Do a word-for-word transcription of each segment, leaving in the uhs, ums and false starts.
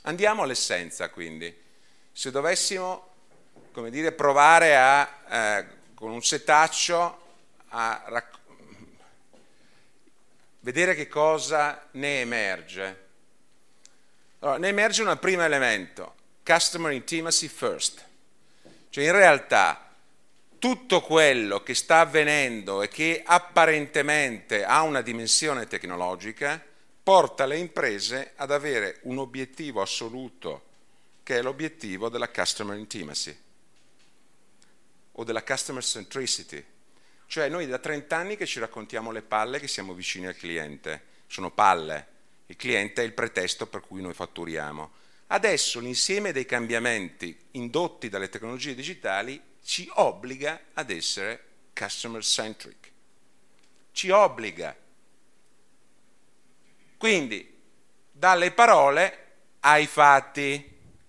Andiamo all'essenza, quindi. Se dovessimo, come dire, provare a, eh, con un setaccio, a rac- vedere che cosa ne emerge. Allora, ne emerge un primo elemento, customer intimacy first. Cioè, in realtà, tutto quello che sta avvenendo e che apparentemente ha una dimensione tecnologica porta le imprese ad avere un obiettivo assoluto, che è l'obiettivo della customer intimacy o della customer centricity. Cioè noi da trenta anni che ci raccontiamo le palle che siamo vicini al cliente, sono palle, il cliente è il pretesto per cui noi fatturiamo. Adesso l'insieme dei cambiamenti indotti dalle tecnologie digitali ci obbliga ad essere customer centric, ci obbliga. Quindi dalle parole ai fatti.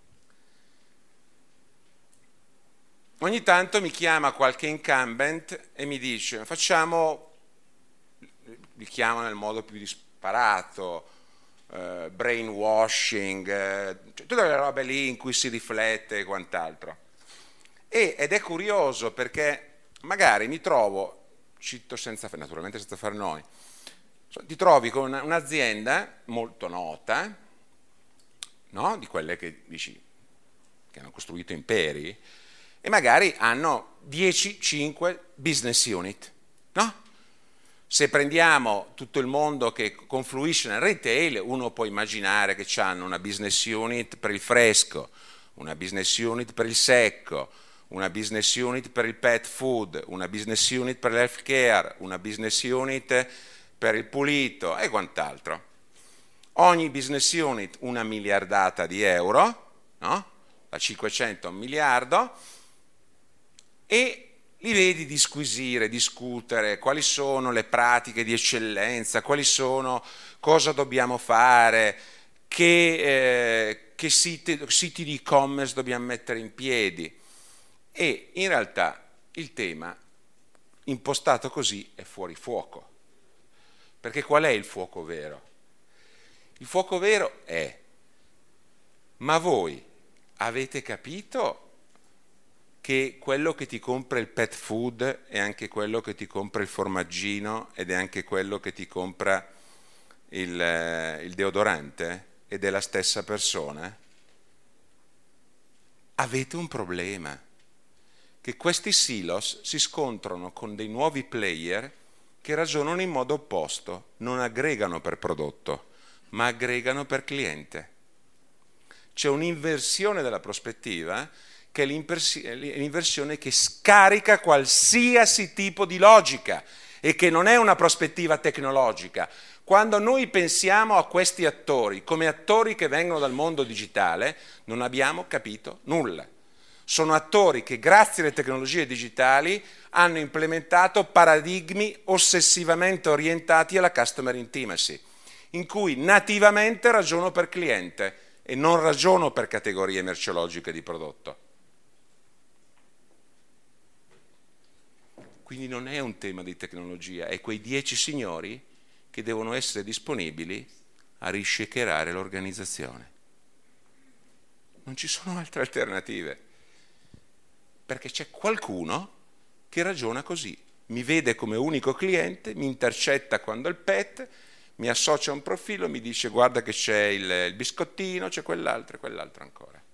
Ogni tanto mi chiama qualche incumbent e mi dice facciamo, li chiamo nel modo più disparato, eh, brainwashing, eh, cioè, tutte le robe lì in cui si riflette e quant'altro. E, ed è curioso perché magari mi trovo, cito senza, naturalmente senza fare nomi, ti trovi con un'azienda molto nota, no? Di quelle che dici che hanno costruito imperi, e magari hanno dieci cinque business unit, no? Se prendiamo tutto il mondo che confluisce nel retail, uno può immaginare che hanno una business unit per il fresco, una business unit per il secco, una business unit per il pet food, una business unit per l'healthcare, una business unit per il pulito e quant'altro. Ogni business unit una miliardata di euro, no? Da cinquecento a un miliardo, e li vedi disquisire, discutere quali sono le pratiche di eccellenza, quali sono, cosa dobbiamo fare, che, eh, che siti, siti di e-commerce dobbiamo mettere in piedi. E in realtà il tema impostato così è fuori fuoco. Perché qual è il fuoco vero? Il fuoco vero è: ma voi avete capito che quello che ti compra il pet food è anche quello che ti compra il formaggino ed è anche quello che ti compra il, eh, il deodorante ed è la stessa persona? Avete un problema, che questi silos si scontrano con dei nuovi player che ragionano in modo opposto, non aggregano per prodotto, ma aggregano per cliente. C'è un'inversione della prospettiva che è l'inversione che scarica qualsiasi tipo di logica e che non è una prospettiva tecnologica. Quando noi pensiamo a questi attori come attori che vengono dal mondo digitale, non abbiamo capito nulla. Sono attori che grazie alle tecnologie digitali hanno implementato paradigmi ossessivamente orientati alla customer intimacy, in cui nativamente ragiono per cliente e non ragiono per categorie merceologiche di prodotto. Quindi non è un tema di tecnologia, è quei dieci signori che devono essere disponibili a rishakerare l'organizzazione. Non ci sono altre alternative, perché c'è qualcuno che ragiona così, mi vede come unico cliente, mi intercetta quando il pet, mi associa a un profilo, mi dice guarda che c'è il, il biscottino, c'è quell'altro e quell'altro ancora.